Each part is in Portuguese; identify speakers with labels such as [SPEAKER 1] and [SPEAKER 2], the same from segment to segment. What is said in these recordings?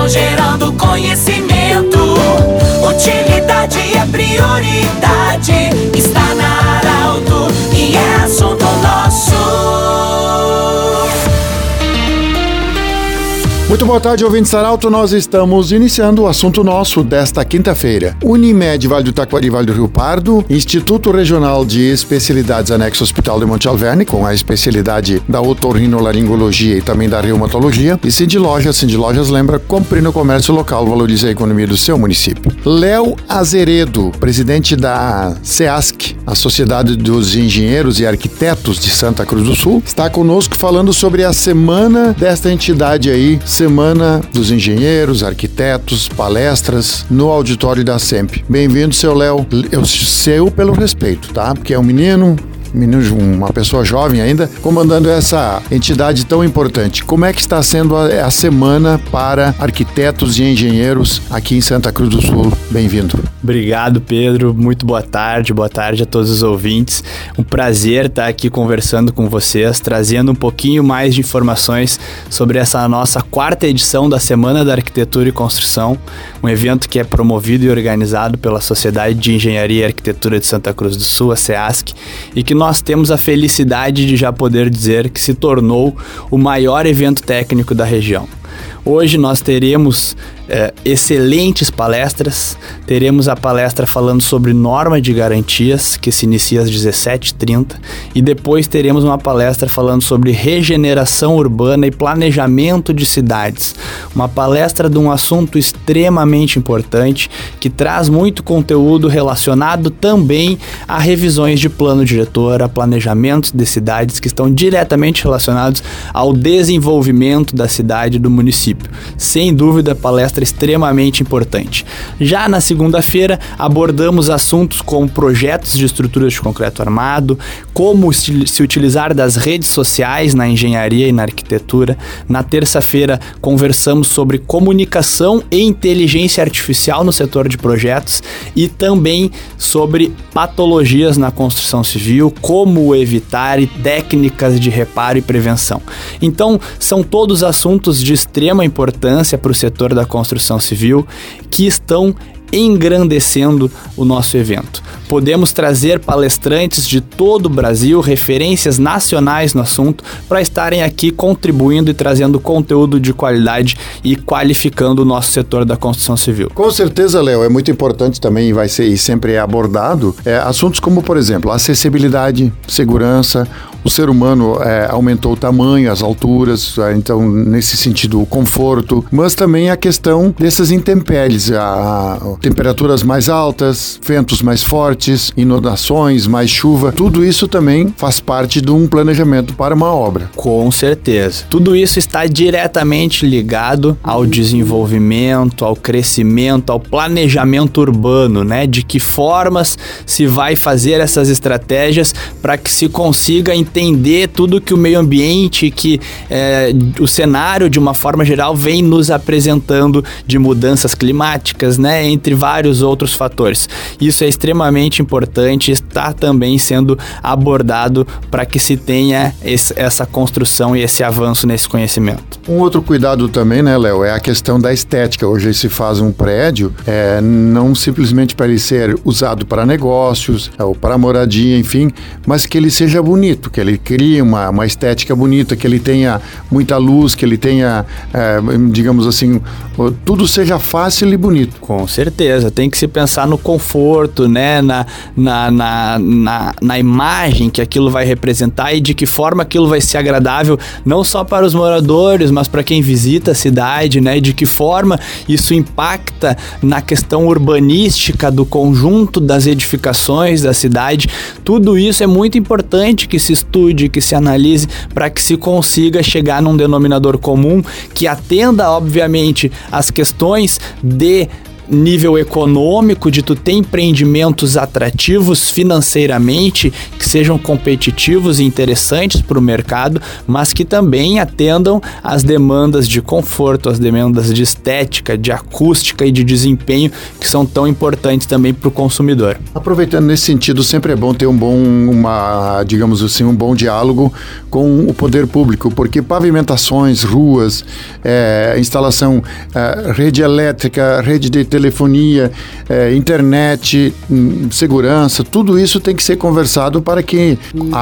[SPEAKER 1] Construção gerando conhecimento. Utilidade é prioridade. Está na Arauto e é assunto nosso.
[SPEAKER 2] Muito boa tarde, ouvintes Arauto. Nós estamos iniciando o assunto nosso desta quinta-feira. Unimed Vale do Taquari, Vale do Rio Pardo, Instituto Regional de Especialidades Anexo Hospital de Monte Alverne, com a especialidade da otorrinolaringologia e também da reumatologia. E Cindy Lojas lembra, compre no comércio local, valorize a economia do seu município. Léo Azeredo, presidente da SEASC, a Sociedade dos Engenheiros e Arquitetos de Santa Cruz do Sul, está conosco falando sobre a semana desta entidade aí, Semana dos Engenheiros, Arquitetos, palestras no auditório da SEMP. Bem-vindo, seu Léo. Seu pelo respeito, tá? Porque é um menino, uma pessoa jovem ainda, comandando essa entidade tão importante. Como é que está sendo a semana para arquitetos e engenheiros aqui em Santa Cruz do Sul? Bem-vindo.
[SPEAKER 3] Obrigado, Pedro. Muito boa tarde a todos os ouvintes. Um prazer estar aqui conversando com vocês, trazendo um pouquinho mais de informações sobre essa nossa 4ª edição da Semana da Arquitetura e Construção, um evento que é promovido e organizado pela Sociedade de Engenharia e Arquitetura de Santa Cruz do Sul, a SEASC, e que nós temos a felicidade de já poder dizer que se tornou o maior evento técnico da região. Hoje nós teremos excelentes palestras. Teremos a palestra falando sobre norma de garantias, que se inicia às 17h30, e depois teremos uma palestra falando sobre regeneração urbana e planejamento de cidades. Uma palestra de um assunto extremamente importante, que traz muito conteúdo relacionado também a revisões de plano diretor, a planejamentos de cidades que estão diretamente relacionados ao desenvolvimento da cidade e do município. Sem dúvida, palestra extremamente importante. Já na segunda-feira, abordamos assuntos como projetos de estruturas de concreto armado, como se utilizar das redes sociais na engenharia e na arquitetura. Na terça-feira, conversamos sobre comunicação e inteligência artificial no setor de projetos e também sobre patologias na construção civil, como evitar e técnicas de reparo e prevenção. Então, são todos assuntos de extrema importância para o setor da construção civil que estão engrandecendo o nosso evento. Podemos trazer palestrantes de todo o Brasil, referências nacionais no assunto, para estarem aqui contribuindo e trazendo conteúdo de qualidade e qualificando o nosso setor da construção civil.
[SPEAKER 2] Com certeza, Léo, é muito importante também, vai ser e sempre é abordado, assuntos como, por exemplo, acessibilidade, segurança. O ser humano aumentou o tamanho, as alturas, então, nesse sentido, o conforto, mas também a questão dessas intempéries, temperaturas mais altas, ventos mais fortes, inundações, mais chuva, tudo isso também faz parte de um planejamento para uma obra.
[SPEAKER 3] Com certeza. Tudo isso está diretamente ligado ao desenvolvimento, ao crescimento, ao planejamento urbano, né? De que formas se vai fazer essas estratégias para que se consiga entender tudo que o meio ambiente, que o cenário, de uma forma geral, vem nos apresentando de mudanças climáticas, né? Entre vários outros fatores. Isso é extremamente importante e está também sendo abordado para que se tenha essa construção e esse avanço nesse conhecimento.
[SPEAKER 2] Um outro cuidado também, né, Léo, é a questão da estética. Hoje se faz um prédio, não simplesmente para ele ser usado para negócios ou para moradia, enfim, mas que ele seja bonito, que ele crie uma estética bonita, que ele tenha muita luz, que ele tenha, digamos assim, tudo seja fácil e bonito.
[SPEAKER 3] Com certeza, tem que se pensar no conforto, né, na imagem que aquilo vai representar e de que forma aquilo vai ser agradável, não só para os moradores, mas para quem visita a cidade, né, de que forma isso impacta na questão urbanística do conjunto das edificações da cidade. Tudo isso é muito importante que se estude, que se analise, para que se consiga chegar num denominador comum que atenda, obviamente, às questões de nível econômico, de tu ter empreendimentos atrativos financeiramente, que sejam competitivos e interessantes para o mercado, mas que também atendam às demandas de conforto, às demandas de estética, de acústica e de desempenho, que são tão importantes também para o consumidor.
[SPEAKER 2] Aproveitando nesse sentido, sempre é bom ter um bom diálogo com o poder público, porque pavimentações, ruas, instalação, rede elétrica, rede de telefonia, internet, segurança, tudo isso tem que ser conversado para que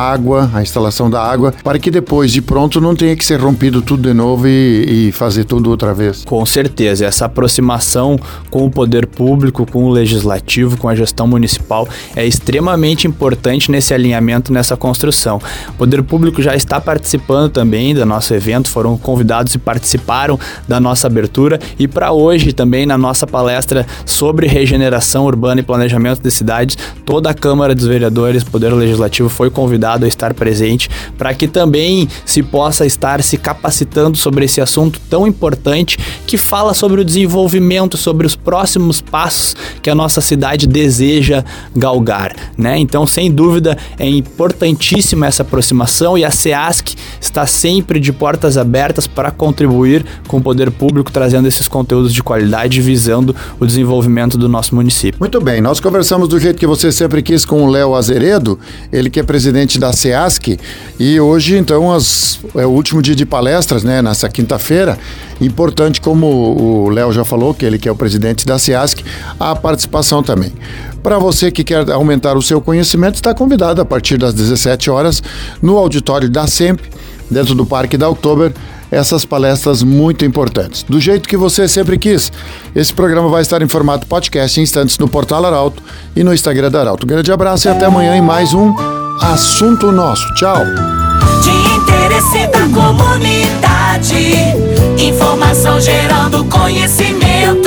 [SPEAKER 2] a instalação da água, para que depois de pronto não tenha que ser rompido tudo de novo e fazer tudo outra vez.
[SPEAKER 3] Com certeza, essa aproximação com o poder público, com o legislativo, com a gestão municipal é extremamente importante nesse alinhamento, nessa construção. O poder público já está participando também do nosso evento, foram convidados e participaram da nossa abertura, e para hoje também na nossa palestra sobre regeneração urbana e planejamento de cidades, toda a Câmara dos Vereadores, Poder Legislativo foi convidado a estar presente para que também se possa estar se capacitando sobre esse assunto tão importante que fala sobre o desenvolvimento, sobre os próximos passos que a nossa cidade deseja galgar, né? Então, sem dúvida, é importantíssima essa aproximação e a SEASC está sempre de portas abertas para contribuir com o poder público, trazendo esses conteúdos de qualidade, visando o desenvolvimento do nosso município.
[SPEAKER 2] Muito bem, nós conversamos do jeito que você sempre quis com o Léo Azeredo, ele que é presidente da SEASC, e hoje, então, é o último dia de palestras, né, nessa quinta-feira. Importante, como o Léo já falou, que ele que é o presidente da SEASC, a participação também. Para você que quer aumentar o seu conhecimento, está convidado a partir das 17 horas no auditório da SEMP, dentro do Parque da Oktober, essas palestras muito importantes. Do jeito que você sempre quis. Esse programa vai estar em formato podcast em instantes no Portal Arauto e no Instagram da Arauto. Um grande abraço e até amanhã em mais um Assunto Nosso. Tchau!
[SPEAKER 1] De interesse da comunidade, informação gerando conhecimento.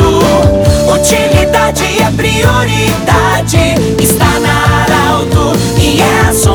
[SPEAKER 1] Utilidade é prioridade, está na Arauto e é assunto.